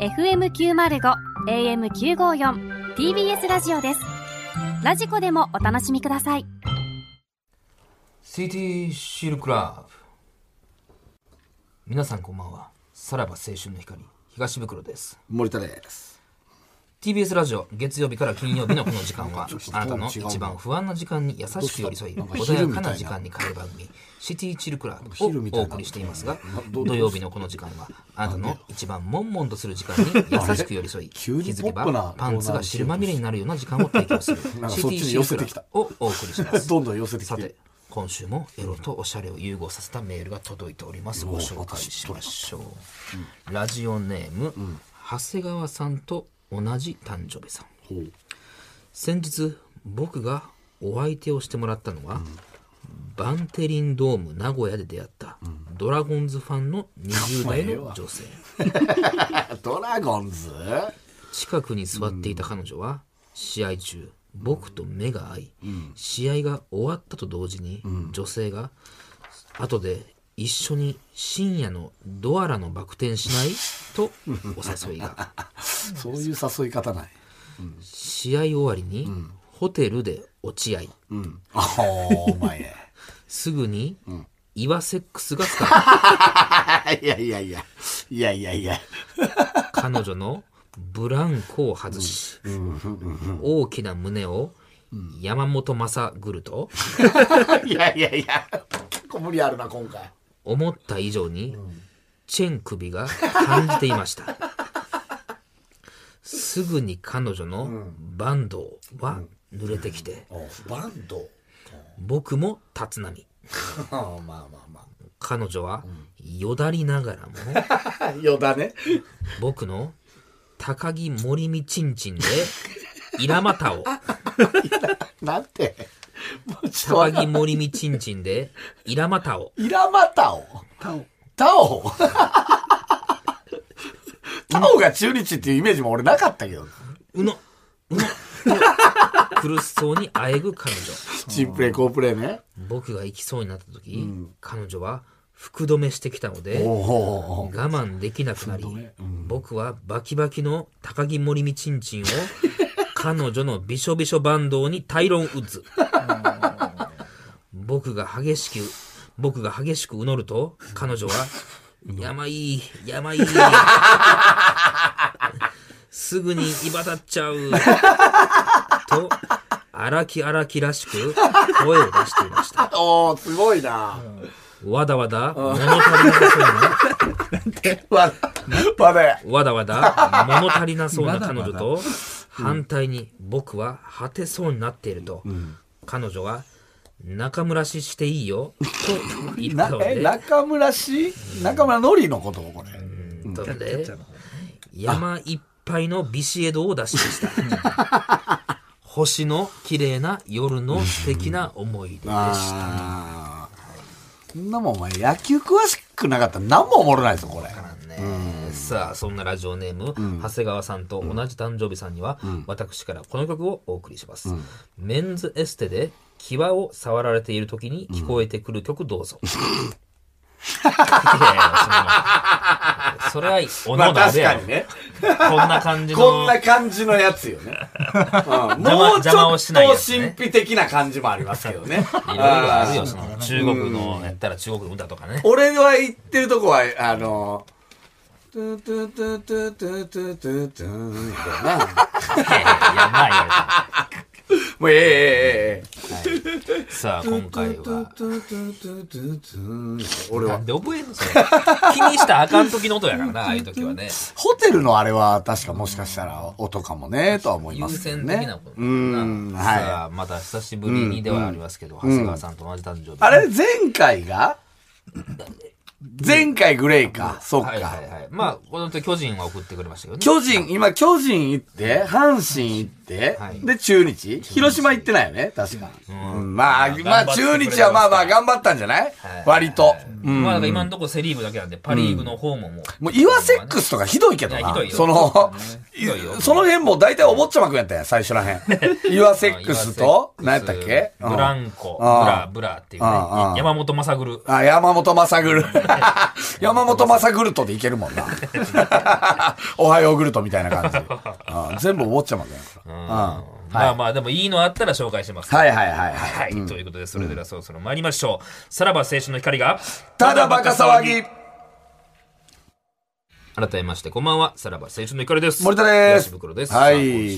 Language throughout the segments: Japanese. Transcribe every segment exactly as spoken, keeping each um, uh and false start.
エフエムきゅうまるご エーエムきゅうごよん ティービーエス ラジオです。ラジコでもお楽しみください。 シティシルクラブ、皆さんこんばんは。さらば青春の光、東袋です。 森田です。 ティービーエス ラジオ、月曜日から金曜日のこの時間はあなたの一番不安な時間に優しく寄り添い、穏やかな時間に変える番組シティチルクラブをお送りしていますが、土曜日のこの時間はあなたの一番悶々とする時間に優しく寄り添い、気づけばパンツが汁まみれになるような時間を提供するシティチルクラブをお送りします。 どんどん寄せてきて。 さて、今週もエロとおしゃれを融合させたメールが届いております。ご紹介しましょう。うん、ラジオネーム、うん、長谷川さんと同じ誕生日さん。先日僕がお相手をしてもらったのは、うん、バンテリンドーム名古屋で出会った、うん、ドラゴンズファンのにじゅう代の女性。 ドラゴンズ？ 近くに座っていた彼女は、うん、試合中僕と目が合い、うん、試合が終わったと同時に、うん、女性が後で一緒に深夜のドアラのバク転しないとお誘いが。 そういう誘い方ない、 うん、試合終わりに、うん、ホテルで落ち合い、 うん、あお前すぐに、うん、イワセックスがスタート。いやいやいやいやいやいや彼女のブランコを外し、うんうんうんうん、大きな胸を山本昌グルといやいやいや結構無理あるな今回。 思った以上に、うん、チェン首が感じていました。すぐに彼女のバンドは濡れてきて、 うんうん、バンド僕も立浪。 まあまあまあ彼女はよだりながらもよだね僕の高木森見ちんちんでイラマタをなんて高木森見ちんちんでイラマタをイラマタオタオタオタオが中日っていうイメージも俺なかったけど、 うのうの苦しそうにあえぐ彼女。 チンプレイ好プレイね。 僕が行きそうになった時、うん、彼女は服止めしてきたので我慢できなくなり、うん、僕はバキバキの高木森見ちんちんを彼女のびしょびしょバンドにタイロンウッズ。僕が激しく僕が激しくうのると彼女はやまいいやまいいすぐにいばたっちゃうと荒木荒木らしく声を出していました。 おーすごいな。 わだわだ物足りなさそうなわだわだ物足りなそうな彼女と反対に僕は果てそうになっていると、うん、彼女は中村氏していいよと言ったので中村氏中村のりのことこれうんとで山いっぱいのビシエドを出しました星の綺麗な夜の素敵な思い出でした。 そんなもんお前野球詳しくなかったら何もおもろないぞこれ、 ね、さあそんなラジオネーム、うん、長谷川さんと同じ誕生日さんには、うん、私からこの曲をお送りします、うん、メンズエステで際を触られている時に聞こえてくる曲どうぞ、うん、いやいやそれはおのおのあるやろ、まあ、確かにねこんな感じのこんな感じのやつよね、うん、もうちょっと神秘的な感じもありますけどねいろいろあるよその中国のやったら中国の歌とかね。 俺は言ってるとこはあのトゥトゥトゥトゥトゥトゥトゥトゥみたいな。いやばいやもうええええええ。さあ今回は。 俺はなんで覚えんのそれ。気にしたらあかん時の音やからなああいう時はね。 ホテルのあれは確かもしかしたら音かもねとは思いますけどね。 優先的なこと。うん。はい。さあまた久しぶりにではありますけど、長谷川さんと同じ誕生日。 あれ前回が。前回グレイか、そっか、はいはいはい。 まあこの時巨人は送ってくれましたけどね。 巨人今巨人行って阪神行って、はい、で中日広島行ってないよね確か、うんうん、まあまあ中日はまあまあ頑張ったんじゃない、はい、割と、 うん、まあなんか今のところセリーグだけなんでパリーグの方ももう、 うん、もうイワセックスとかひどいけどな、 ひどいよそのその辺も大体お坊ちゃまくんやったんや、最初らへん。ユアセックスと、何やったっけブランコ、ブラ、ブラっていうね。山本正グル。 あ、山本正グル。山本正グルトでいけるもんな。おはようグルトみたいな感じ。全部お坊ちゃまくんやから。 まあまあ、でもいいのあったら紹介します。 はいはいはいはい。 はい。ということで、それではそろそろ参りましょう。さらば青春の光が、 ただバカ騒ぎ。 改めまして、こんばんは。さらば青春の光です。 森田です。 東袋です。 はい。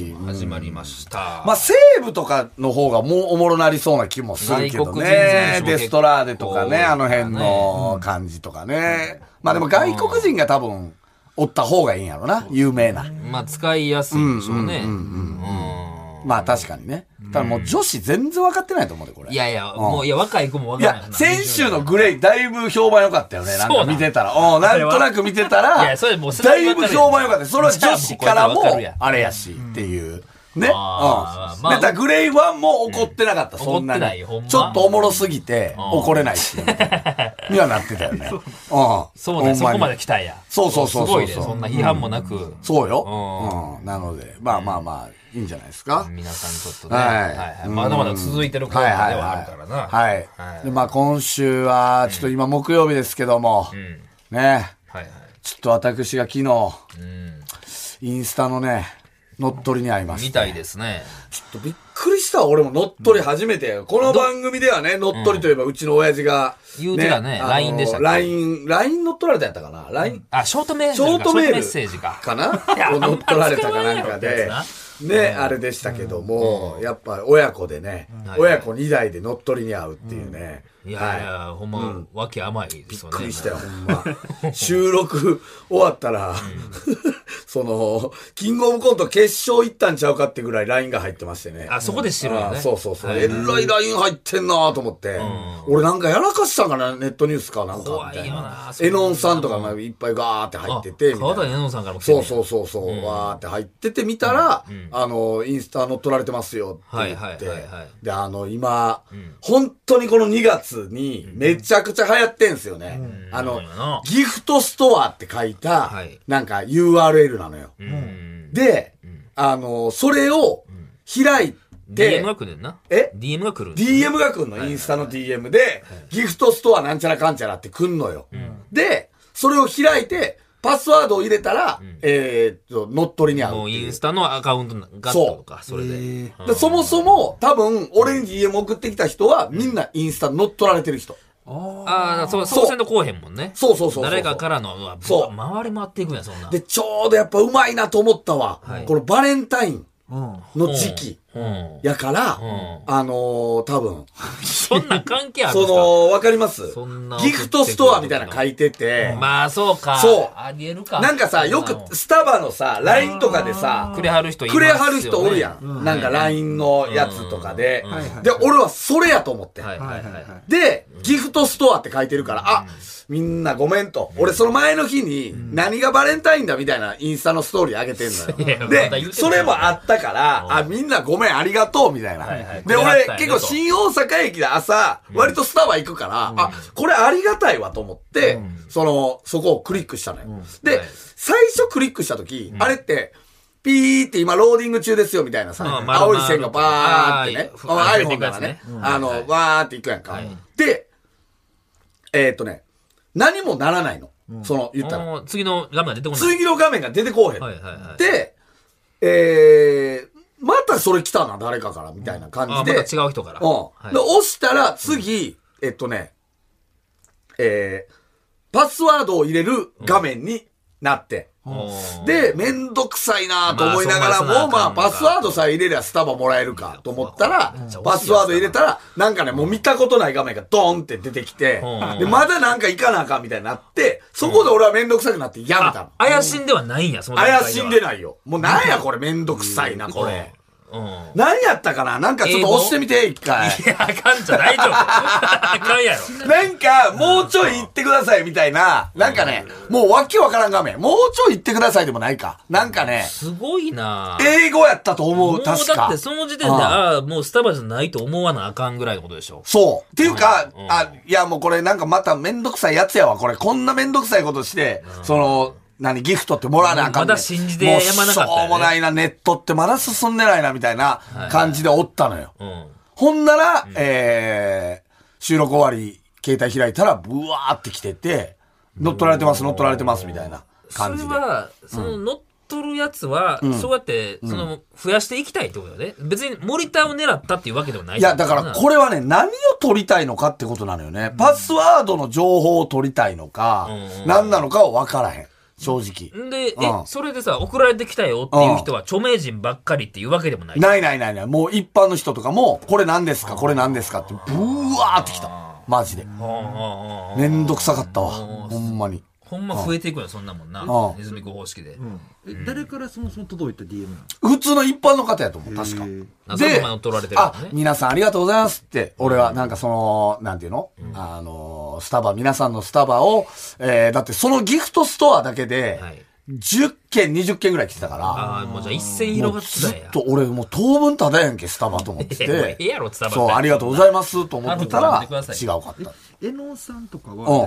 始まりました。 まあ、西武とかの方がもうおもろなりそうな気もするけどね。デストラーデとかね、あの辺の感じとかね。まあでも外国人が多分、おった方がいいんやろな。有名な。 まあ、使いやすいでしょうね。 まあ確かにね。ただもう女子全然分かってないと思うで、これ。 いやいや、もう、いや、若い子も分からない。いや、 先週のグレイ、だいぶ評判良かったよね。なんか見てたら。うん、なんとなく見てたら、 いや、それもうだいぶ評判良かった。それは女子からも、あれやし、っていう。ね。うん。またグレイファンも怒ってなかった、そんなに。ちょっとおもろすぎて、怒れないっていう。にはなってたよね。うん。 そうね、そこまで来たんや。 そうそうそう。 すごいね、そんな批判もなく。 そうよ。うん。なので、まあまあまあ、いいんじゃないですか。 皆さんちょっとね。はい。まだまだ続いてるコーナーではあるからな。 はい。で、まあ今週は、ちょっと今木曜日ですけども、ね。ちょっと私が昨日、インスタのね、乗っ取りに会いました。 みたいですね。 ちょっとびっくりした。俺も乗っ取り初めて。この番組ではね、乗っ取りといえばうちの親父が。 言うてたね。ライン でしたっけライン、ライン 乗っ取られたやったかな ?ライン。 あ、ショートメール。 ショートメッセージか。 かな乗っ取られたかなんかで。ね、あれでしたけども、やっぱ親子でね、親子にだいで乗っ取りに会うっていうね。 いやいや、ほんま、わけ甘いですよね。 びっくりしたよ、ほんま。収録終わったら、その、キングオブコント決勝行ったんちゃうかってぐらい ライン が入ってましてね。 あ、そこで知るよね。 そうそうそう。えらい ライン 入ってんなと思って。俺なんかやらかしたんかな、ネットニュースかなんか。 怖いよな。 エノンさんとかがいっぱいガーって入ってて。 川谷エノンさんからも来てそうそうそうそう。わーって入っててみたら、あの、インスタ乗っ取られてますよって言って。で、あの、今、本当にこのにがつにめちゃくちゃ流行ってんすよね。あの、ギフトストアって書いた、なんか ユーアールエル なのよ。で、あの、それを開いて、 ディーエム が来るんな。 えディーエム が来る ?ディーエム が来るの。インスタの ディーエム で、ギフトストアなんちゃらかんちゃらって来んのよ。で、それを開いて、パスワードを入れたら、えっと、乗っ取りに合う。 もうインスタのアカウントがとか、それで。 そもそも、多分、俺に ディーエム 送ってきた人は、みんなインスタ乗っ取られてる人。 ああ、そう、そうせんとこうへんもんね。 そうそうそう。 誰かからの、そう。回り回っていくんや、そんな。 で、ちょうどやっぱうまいなと思ったわ。このバレンタインの時期。やから、あのー、多分。 そんな関係あるんですか？ その、わかります？ギフトストアみたいなの書いてて。 まあ、そうか。 そう。 ありえるか。 なんかさ、よくスタバのさ、ライン とかでさ、 くれはる人いますよね。くれはる人おるやん。なんか ライン のやつとかで。で、俺はそれやと思って。で、ギフトストアって書いてるから、あ、みんなごめんと。俺その前の日に何がバレンタインだみたいなインスタのストーリー上げてんのよ。で、それもあったから、あ、みんなごめんありがとうみたいな。で、俺結構新大阪駅で朝、割とスタバ行くから、あ、これありがたいわと思って、その、そこをクリックしたのよ。で、最初クリックした時、あれって、ピーって今ローディング中ですよみたいなさ、青い線がバーってね、iPhone からね、あの、わーっていくやんか。で、えっとね、何もならないの。その、言ったら。 次の画面が出てこない。 次の画面が出てこうへん。で、えー、またそれ来たな、誰かから、みたいな感じで。 また違う人から。 うん。で、押したら、次、えっとね、えー、パスワードを入れる画面になって。で、めんどくさいなと思いながらも、まあ、パスワードさえ入れりゃスタバもらえるかと思ったら、パスワード入れたら、なんかね、もう見たことない画面がドーンって出てきて、で、まだなんか行かなあかんみたいになって、そこで俺はめんどくさくなってやめたの。 怪しんではないんや、その怪しんでないよ。もうなんやこれめんどくさいな、これ。何やったかななんかちょっと押してみて、一回。 いや、あかんじゃ大丈夫。あかんやろ。 なんか、もうちょい行ってくださいみたいな、なんかね、もうわけわからん画面。もうちょい行ってくださいでもないか。なんかね。 すごいな英語やったと思う、確か。 だってその時点で、ああ、もうスタバじゃないと思わなあかんぐらいのことでしょ。 そう。っていうか、あ、いやもうこれなんかまためんどくさいやつやわ。これこんなめんどくさいことして、その、 何、ギフトってもらわなあかんねん。 まだ信じてやまなかったよね。 もうしょうもないな、ネットってまだ進んでないな、みたいな感じでおったのよ。 うん、 ほんなら、うん、えー、収録終わり、携帯開いたら、ブワーって来てて、乗っ取られてます、乗っ取られてます、みたいな感じで。 それは、その乗っ取るやつは、うん、そうやって、その、増やしていきたいってことだね。別にモニターを狙ったっていうわけではない。 いや、だからこれはね、何を取りたいのかってことなのよね。パスワードの情報を取りたいのか、うん、何なのかは分からへん。正直。 で、うん、え、それでさ、送られてきたよっていう人は著名人ばっかりっていうわけでもない。 ないないないない。もう一般の人とかも、これ何ですかこれ何ですかって、ブワーってきた。マジで。めんどくさかったわ。ほんまに。 ほんま増えていくよ、そんなもんな。ネズミ子方式で。 え、誰からそもそも届いた ディーエム なの？普通の一般の方やと思う、確か。 で、あ、 皆さんありがとうございますって、俺はなんかその、なんていうの？あの、スタバ、皆さんのスタバを、えー、だってそのギフトストアだけで、じゅっけん、にじゅっけんぐらい来てたから。 ああ、もうじゃあ一斉広がってたんや。 ずっと俺もう当分ただやんけ、スタバと思ってて。 ええやろ、スタバ。 そう、ありがとうございますと思ってたら、違うかった。 えのさんとかは、うん、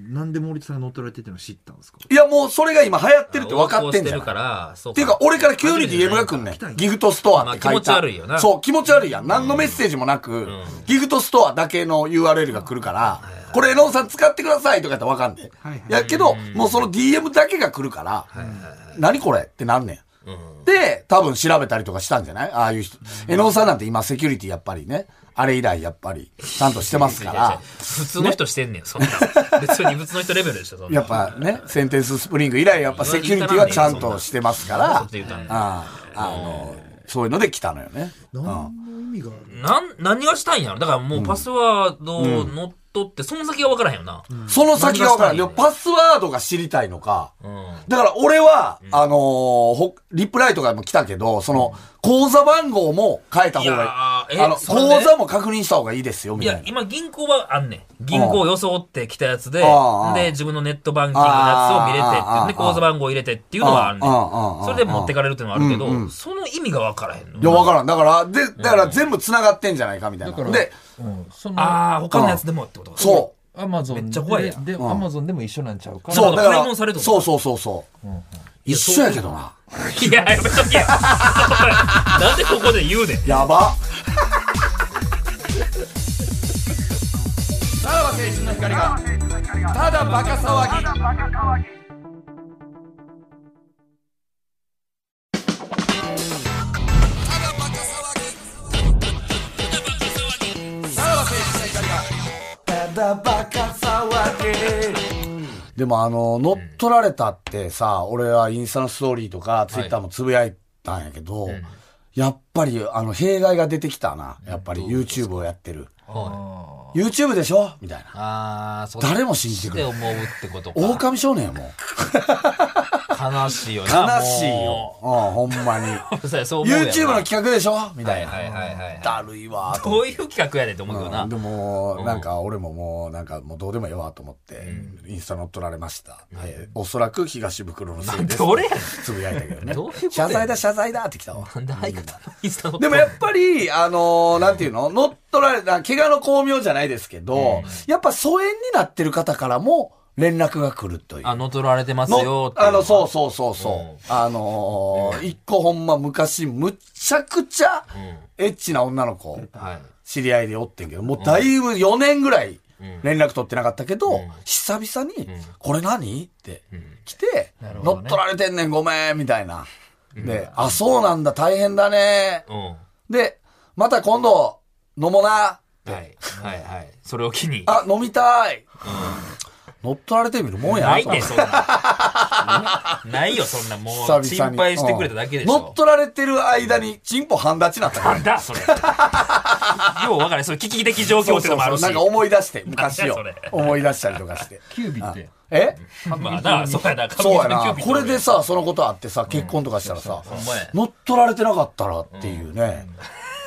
なんで森田さんが乗っ取られてっての知ったんですか？ いや、もうそれが今流行ってるって分かってんじゃん。 から、 っていうか、俺から急に ディーエム が来んねん。ギフトストアって書いた。 まあ、気持ち悪いよな。 そう、気持ち悪いやん。何のメッセージもなく、うん、ギフトストアだけの ユーアールエル が来るから、うん、これえのさん使ってくださいとかやったら分かんねん。はいはい、やけど、もうその ディーエム だけが来るから、はいはいはい、何これってなんねん。うん、で、多分調べたりとかしたんじゃない？ああいう人。えのさんなんて今セキュリティやっぱりね、あれ以来やっぱりちゃんとしてますから。 普通の人してんねん、そんな。別に普通の人レベルでしょ、そんな。 やっぱね、センテンススプリング以来やっぱセキュリティはちゃんとしてますから、ああの、そういうので来たのよね。 何の意味がある？ なん、何がしたいんやろ？だからもうパスワードを乗っ取って、その先が分からへんよな。 うん、その先が分からへん。でもパスワードが知りたいのか。うん、だから俺は、うん、あのー、リプライとかも来たけど、その、口座番号も変えた方がいい。いあの、口座も確認した方がいいですよ、みたいな。いや、今銀行はあんねん。銀行を装ってきたやつで、で、自分のネットバンキングのやつを見れてって、で、口座番号入れてっていうのはあんねん。それで持ってかれるっていうのはあるけど、うんうん、その意味が分からへんの。 いや、分からん。だから、で、だから全部繋がってんじゃないか、みたいな。で、 うん、ああ、他のやつでもってことか。 そう。 アマゾンめっちゃ怖いやん。で、アマゾンでも一緒なんちゃうか。 そう、だから、 されそうそうそうそう。うんうん、一緒やけどな。 いや、やめとけや。なんでここで言うねん。 やば。さらば青春の光が、ただバカ騒ぎ。バカ騒ぎ。でもあの乗っ取られたってさ、俺はインスタのストーリーとかツイッターもつぶやいたんやけど、はい、やっぱりあの弊害が出てきたな。やっぱり YouTube をやってる、はい、YouTube でしょみたいな。あ、誰も信じてくれない。 思うってことか。 狼少年やもん。 悲しいよな。 悲しいよ。うん、ほんまに。YouTube の企画でしょみたいな。はいはいはいはい。だるいわ。 どういう企画やねんって思うけどな。 うん、でも、なんか俺ももう、なんかもうどうでもいいわと思って、うん、インスタ乗っ取られました。うん、えー、おそらく東袋のせいです。 どれやねん。 つぶやいたけどね。 どういうこと謝罪だ謝罪だってきたわ。 なんで相方のインスタ乗っ取られでもやっぱり、あのー、なんていうの乗っ取られた、怪我の巧妙じゃないですけど、うん、やっぱ疎遠になってる方からも、連絡が来るという。 あ、乗っ取られてますよって。 あの、そうそうそうそう。うん、あのー、一個ほんま昔、むちゃくちゃ、エッチな女の子、うん、知り合いでおってんけど、もうだいぶよねんぐらい連絡取ってなかったけど、うん、久々に、うん、これ何って来て、うんね、乗っ取られてんねんごめん、みたいな。で、うん、あ、そうなんだ、大変だね。うん、で、また今度、飲もうな。はい。 はいはい。それを機に。 あ、飲みたい。うん乗っ取られてみるもんやな。 ないね、そんな。ないよ、そんな。もう、心配してくれただけでしょ。 乗っ取られてる間に、チンポ半立ちなったから。 なんだ、それ。よう分からない。それ危機的状況ってのもあるし。 そうそうそうなんか思い出して、昔を。思い出したりとかして。 キュービって。 えまあな、そうやな。 そうやな。これでさ、そのことあってさ、結婚とかしたらさ、乗っ取られてなかったらっていうね。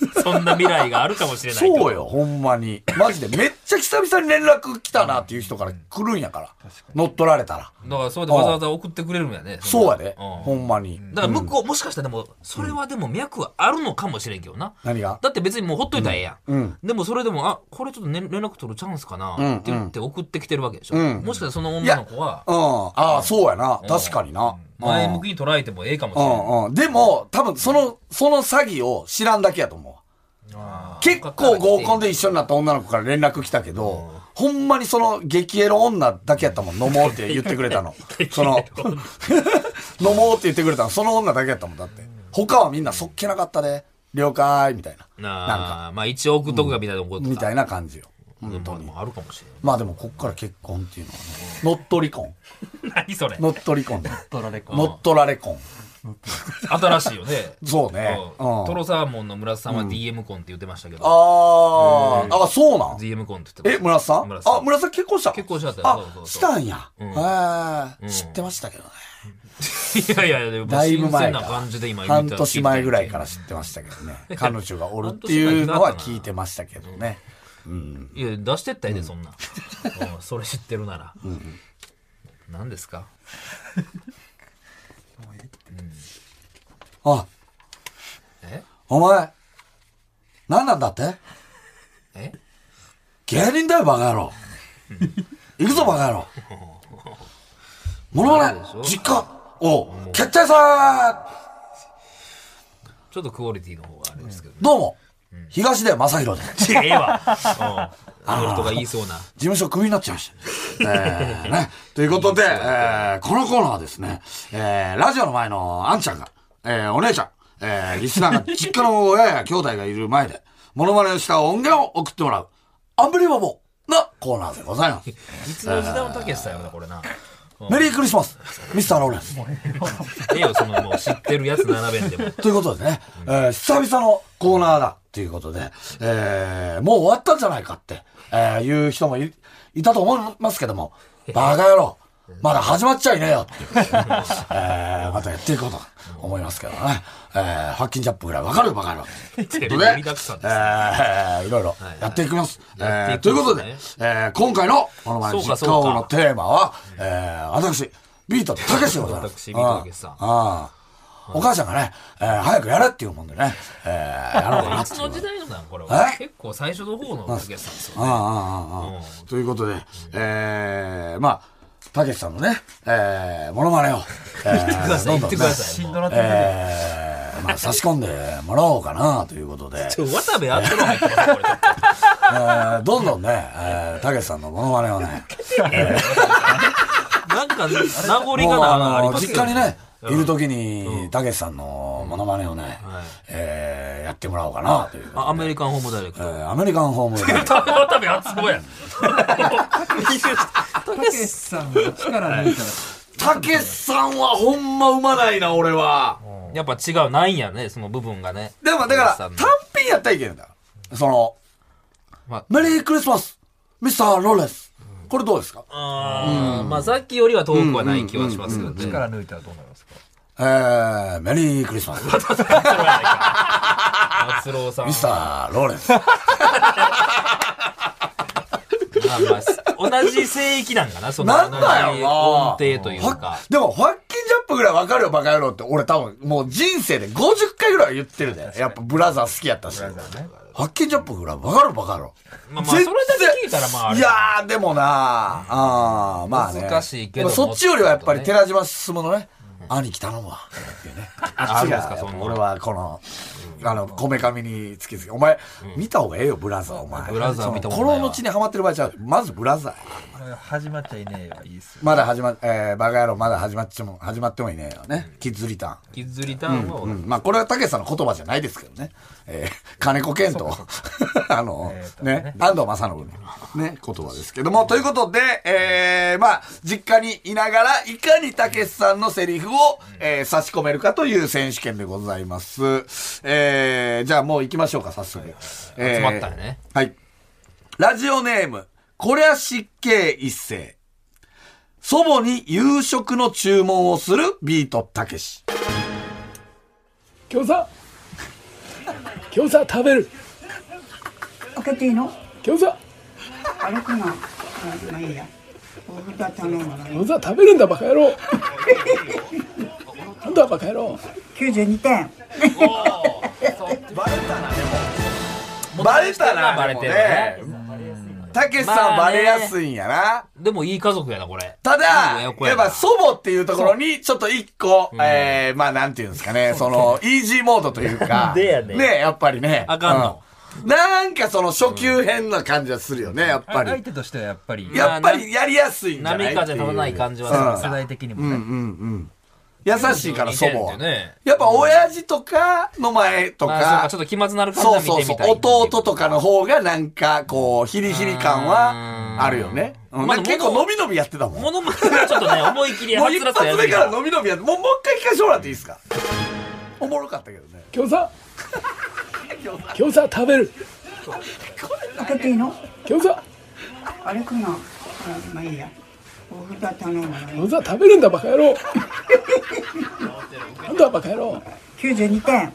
そんな未来があるかもしれないと。 そうよ、ほんまに。マジでめっちゃ久々に連絡来たなっていう人から来るんやから。乗っ取られたら。 だからそれでわざわざ送ってくれるんやね。 そうやで。ほんまに。 だから向こう、もしかしたらでも、それはでも脈はあるのかもしれんけどな。 何が？ だって別にもうほっといたらええやん。うん。 でもそれでも、あ、これちょっと連絡取るチャンスかなって言って送ってきてるわけでしょ。 うん。 もしかしたらその女の子は。 うん。ああ、そうやな。確かにな。 前向きに捉えてもええかもしれない。 うんうん。でも、多分その、その詐欺を知らんだけやと思う。結構合コンで一緒になった女の子から連絡来たけど、ほんまにその激エロ女だけやったもん、飲もうって言ってくれたの。その、飲もうって言ってくれたの、その女だけやったもん、だって。他はみんなそっけなかったで、了解、みたいな。 なんか。まあ一応送っとくがみたいなことか。 みたいな感じよ。 本当に。あるかもしれない。 まあでもこっから結婚っていうのはね、乗っ取り婚。 何それ？ 乗っ取り婚ね。 乗っ取られ婚。 乗っ取られ婚。 新しいよね。 そうね。 トロサーモンの村瀬さんは ディーエム 婚って言ってましたけど。 ああ、あ、そうなん？ ディーエム 婚って言ってました。え、村瀬さん？あ、村瀬さん結婚した？ 結婚しちゃったよ。 あ、したんや。へえ、知ってましたけどね。 いやいやいや、でもだいぶ前か。半年前ぐらいから知ってましたけどね。彼女がおるっていうのは聞いてましたけどね。 いや、出してったらええで、そんな。それ知ってるなら。何ですか？ あ、 え？ お前、何なんだって？ え？ 芸人だよ、バカ野郎。行くぞ、バカ野郎。モノマネ、実家、お、決定さーちょっとクオリティの方があれですけどね。 どうも、東出正宏で。 ええわ。あの人が言いそうな。 事務所クビになっちゃいました。えー、ね。ということで、えー、このコーナーはですね、えー、ラジオの前のあんちゃんが、えー、お姉ちゃん、えー、リスナーが実家の親や兄弟がいる前で、モノマネをした音源を送ってもらう、アンビリバボーなコーナーでございます。いつの時代のたけしさんやろな、これな。 メリークリスマス、ミスターローレンス。 ええよ、そのもう知ってるやつななべんでも。 ということでね、えー、久々のコーナーだということで、えー、もう終わったんじゃないかって、えー、いう人も い, いたと思いますけども、バカ野郎、まだ始まっちゃいねえよっていうことで、ね、えー、またやっていこうと思いますけどね。えー、ハッキンジャップぐらいわかるバカ野郎。ということで、えー、いろいろやっていきます。はいはい、えー、ということで、えー、今回のモノマネ実家王のテーマは、えー、私、ビートたけしでございます。 私、ビートたけしさん。ああお母さんがね、えー、早くやれっていうもんでね、えー、やろうかなっていう。 いつの時代のなんこれは。結構最初の方のたけしさんですよね。ああ、ああ、ああ。ということで、えー、まあ、たけしさんのね、えー、モノマネを、えー、 言ってください、言ってください。 えー、まあ、差し込んでもらおうかな、ということで。 ちょ、渡部あっての入ってますこれ。 えー、どんどんね、えー、たけしさんのモノマネをね、えー、なんか、名残がな、あります実家にね、いるときに、たけしさんのモノマネをね、えー、やってもらおうかな、という。 アメリカンホームダイレクト。 えー、アメリカンホームダイレクト。 渡部厚子や。 たけしさんが力抜いたら。たけしさんはほんまうまないな、俺は。 やっぱ違う、ないんやね、その部分がね。 でも、だから、単品やったらいけるんだよ。その、メリークリスマス、ミスター・ローレンス。これどうですか？ あまあさっきよりは遠くはない気はしますけどね。 力抜いたらどうなりますか？ えー、メリークリスマス。 松郎さん。 ミスター・ローレンス。 まあまあ、同じ聖域なんかな、そのなんだよな音程というか。 でも、ファッキンジャップぐらいわかるよ、バカ野郎って。俺多分、もう人生でごじゅっかいぐらいは言ってるで。やっぱブラザー好きやったし。ファッキンジャップぐらいわかるバカ野郎。 まあまあ、それだけ聞いたらまああれ。 いやー、でもなー、あー、まあね。 難しいけど。 そっちよりはやっぱり寺島進のね、兄貴頼むわ。っていうね。 あるんですか、そんな。 俺はこの、あの、こめかみにつきつき。お前、見た方がええよ、ブラザー、お前。 ブラザー見た方がこの後にハマってる場合ちゃう。まずブラザー。 始まっちゃいねえよ、いいっす。 まだ始まっ、えー、バカ野郎、まだ始まっちも、始まってもいねえよね。キッズリターン。 キッズリターンは、 うんうん、まあ、これはたけしさんの言葉じゃないですけどね。えー、金子健と、あの、ね、安藤正信のね、言葉ですけども、ということで、えー、まあ、実家にいながら、いかにたけしさんのセリフを、えー、差し込めるかという選手権でございます。えー、じゃあもう行きましょうか、早速。 えー、集まったよね。 はい。ラジオネーム、こりゃ失敬一世。祖母に夕食の注文をするビートたけし。 今日さ、 餃子食べる。 開けていいの？ 餃子あれかな。まあいいや。お札頼むわね。 餃子食べるんだバカ野郎。なんだバカ野郎。 きゅうじゅうにてん。 バレたなでも。バレたなバレてるね。たけしさんバレやすいんやな。 でもいい家族やな、これ。 ただ、やっぱ祖母っていうところに、ちょっと一個、えー、まあなんていうんですかね、その、イージーモードというか、ね、やっぱりね。 あかんの。 なんかその初級編な感じはするよね、やっぱり。 相手としてはやっぱり。 やっぱりやりやすいんじゃない波風立たない感じは世代的にもね。 うんうんうん。優しいから祖母は。やっぱ親父とかの前とか、 ちょっと気まずなる感じは見てみたい。 そうそうそう。弟とかの方がなんか、こう、ヒリヒリ感はあるよね。結構伸び伸びやってたもん。 ものまねちょっとね、思い切りもう一発目から伸び伸びやって、もうもう一回聞かせてもらっていいですか？おもろかったけどね。 餃子餃子食べる。 開けていいの？ 餃子あれかな。まあいいや。お札頼むわね。 餃子食べるんだバカ野郎。なんだバカ野郎。 きゅうじゅうにてん。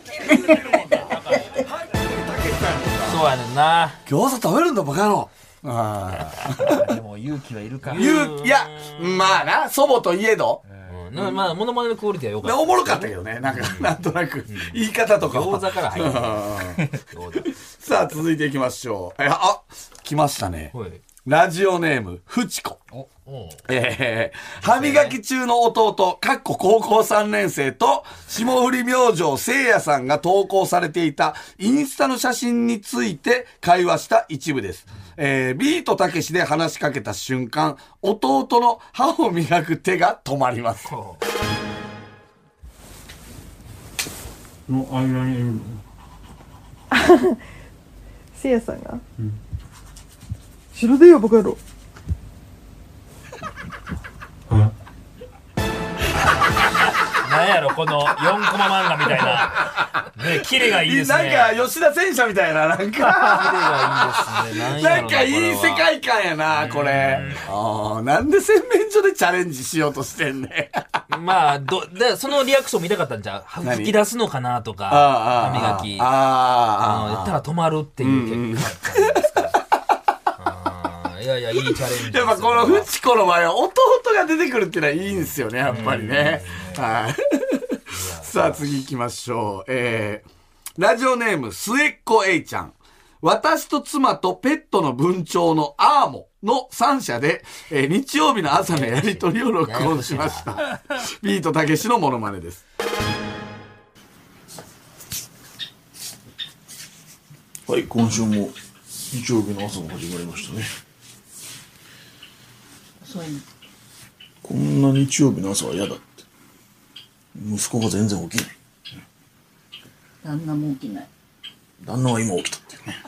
そうやねんな。 餃子食べるんだバカ野郎。ああ。でも勇気はいるか。 勇気、いや、まあな、祖母といえど。 まあ、モノマネのクオリティは良かった。 おもろかったけどね。なんか、なんとなく、言い方とか。 餃子から入る。 さあ、続いていきましょう。あ、来ましたね。ラジオネーム、フチコ。えー、歯磨き中の弟、かっこ高校さんねん生と、霜降り明星せいやさんが投稿されていたインスタの写真について会話した一部です。えー、ビートたけしで話しかけた瞬間、弟の歯を磨く手が止まります。 の間にいるのせいやさんが、うん、白でよバカ野郎。 なんやろこのよんコマ漫画みたいなね、キレがいいですね。 なんか吉田戦車みたいな、なんかキレがいいですね。 なんかいい世界観やな、これ。ああ、なんで洗面所でチャレンジしようとしてんねん。まあどでそのリアクション見たかったんじゃう。吹き出すのかなとか、歯磨きああ言ったら止まるっていう結果ですから。いやいやいいチャレンジ。 やっぱこのフチコの場合は弟が出てくるっていうのはいいんですよね、やっぱりね。はい。さあ次行きましょう。えー、ラジオネーム末っ子 A ちゃん。私と妻とペットの文鳥のアーモのさん社で、えー、日曜日の朝のやりとりを録音しました。ビートたけしのモノマネです。 はい、今週も日曜日の朝も始まりましたね。 そういうこんな日曜日の朝は嫌だって。息子が全然起きない。 旦那も起きない。 旦那は今起きたってね。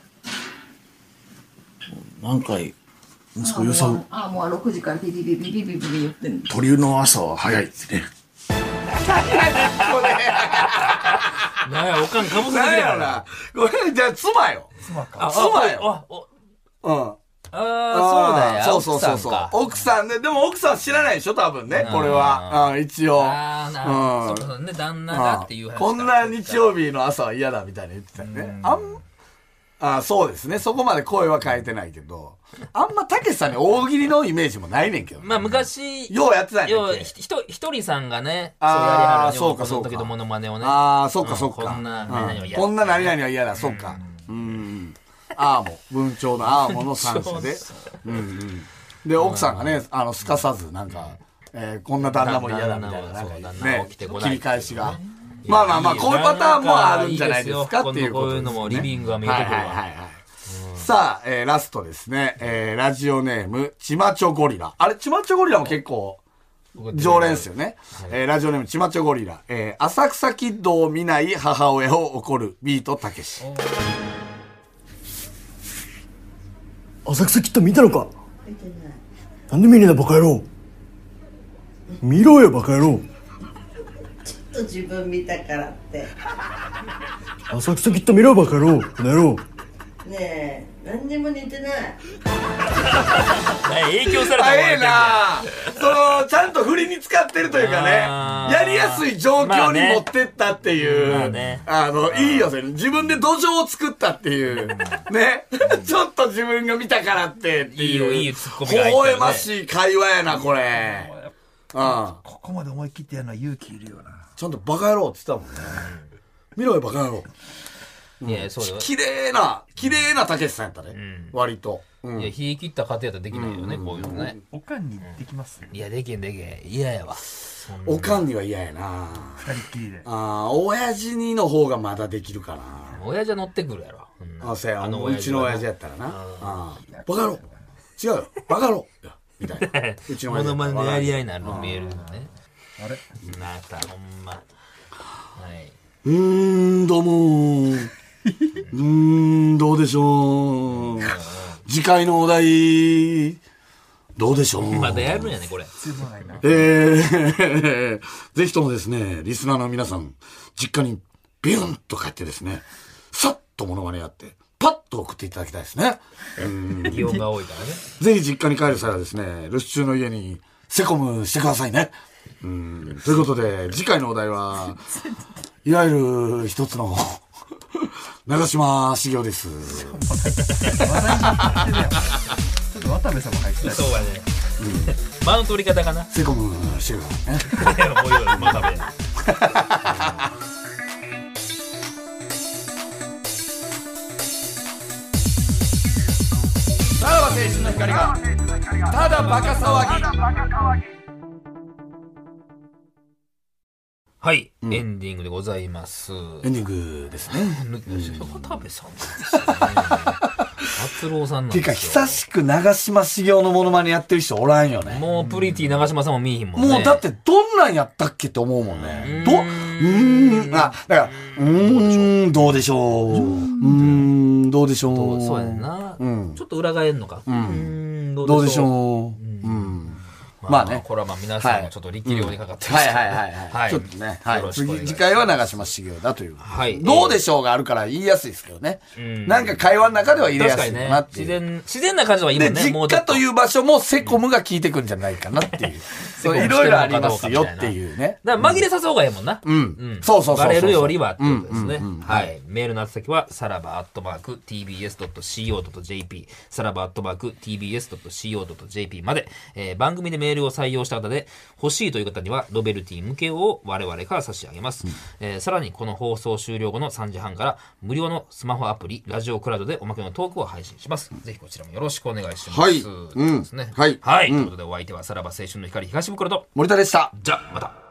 何回息子揺さぶる。 ああ、もうろくじからビビビビビビビビ言ってんの。 鳥の朝は早いってね。 なんやおかんかぶせてきたからな。 これじゃあ妻よ。 妻か。 妻よ。うん。 ああ、そうだよ。 そうそうそう。奥さんね。でも奥さん知らないでしょ多分ね。これは。うん、一応。 ああ、なるほど。そうそうね。旦那がっていう話。 こんな日曜日の朝は嫌だみたいな言ってたよね。あん、あそうですね。そこまで声は変えてないけど。あんまたけしさんに大喜利のイメージもないねんけど。 まあ昔。 ようやってたんやね。ひと、ひとりさんがね。 そうやりはる。そうかそうか。 時のモノマネをね。 ああ、そうかそうか。 こんな何々は嫌だ。 こんな何々は嫌だ。そうか。うん。アーモ文鳥のアーモの三社で、うんうん、で奥さんがねあのすかさずなんか、えー、こんな旦那も嫌だみたいななんかね切り返しがまあまあまあこういうパターンもあるんじゃないですかっていうことですね。こういうのもリビングが見えてくるわ。 はいはいはい、うん、さあ、えー、ラストですね、えー、ラジオネームちまちょゴリラ。あれちまちょゴリラも結構常連ですよね、はいえー、ラジオネームちまちょゴリラ、えー、浅草キッドを見ない母親を怒るビートたけし。 浅草キッド見たのか。見てない。なんで見ねえんだバカ野郎。見ろよバカ野郎。 ちょっと自分見たからって。 浅草キッド見ろバカ野郎。この野郎。 ねえ、何にも似てない。 影響されたあええなそのちゃんと振りに使ってるというかね、やりやすい状況に持ってったっていう、まあね、あのいいよそれ、自分で土壌を作ったっていうねちょっと自分が見たからってっていう、いいよいいツッコミが入ってるね、微笑ましい会話やなこれ。うん、 ここまで思い切ってやるのは勇気いるよな。 ちゃんとバカ野郎って言ってたもんね。見ろよバカ野郎。いや、そうだよ。綺麗な、綺麗なたけしさんやったね。うん、割と。 うん、いや、冷え切った家庭やったらできないよね、うん、こういうのね。 おかんにできます、 いや、できんできん。嫌やわ。 おかんには嫌やな。 二人っきりで。 ああ、親父にの方がまだできるかな。 親父は乗ってくるやろ。 あ、そうや、あの、うちの親父やったらな。ああ。バカ野郎。違うよ。バカ野郎。みたいな。うちの親父。 モノマネのやり合いになるの見えるのね。 あれまた、ほんま。はい。 うーん、どうもー。うーん、どうでしょう。次回のお題、どうでしょう。 まだやるんやね、これ。 えー、ぜひともですね、リスナーの皆さん、実家にビュンと帰ってですね、さっとモノマネやって、パッと送っていただきたいですね。 気温が多いからね。 ぜひ実家に帰る際はですね、留守中の家にセコムしてくださいね。うん、ということで、次回のお題は、いわゆる一つの、長嶋茂雄です。 ちょっと渡部さんも入ってない。 そうやね。うん、間の取り方かな。 セコムしてくださいね。 もういいよ、渡部。 さらば青春の光が、ただバカ騒ぎ。 はい、うん、エンディングでございます。エンディングですね。 渡部さんですよね。達郎さんなんですよ。 てか、久しく長嶋茂雄のモノマネやってる人おらんよね。 もうプリティ長嶋さんも見えひんもんね。 もうだってどんなんやったっけって思うもんね。ど、うーん、あ、だから、うーん、どうでしょう。うーん、どうでしょう。 そうやねんな。うん、ちょっと裏返んのか。うん。 どうでしょう。うん。まあね。 これはまあ皆さんもちょっと力量にかかってます。 はいはいはいはい。ちょっとね。はい。次、次回は長嶋茂雄だという。はい。どうでしょうがあるから言いやすいですけどね。なんか会話の中では入れやすいかなっていう。 自然、自然な感じはいいもんね。 で、実家という場所もセコムが聞いてくんじゃないかなっていう。そう、いろいろありますよっていうね。 だから紛れさそうがいいもんな。 うん。そうそうそう。 バレるよりはってことですね。はい。メールの宛先は、さらばアットマーク ティービーエスドットシーオードットジェーピー、さらばアットマーク ティービーエスドットシーオードットジェーピー まで、えー、番組でメールを採用した方で、欲しいという方には、ロベルティ向けを我々から差し上げます。うん、えー、さらに、この放送終了後のさんじはんから、無料のスマホアプリ、ラジオクラウドでおまけのトークを配信します。うん、ぜひこちらもよろしくお願いします。 はい。うん。 ですね。はい。はい。ということで、お相手はさらば青春の光東袋と森田でした。 じゃあ、また。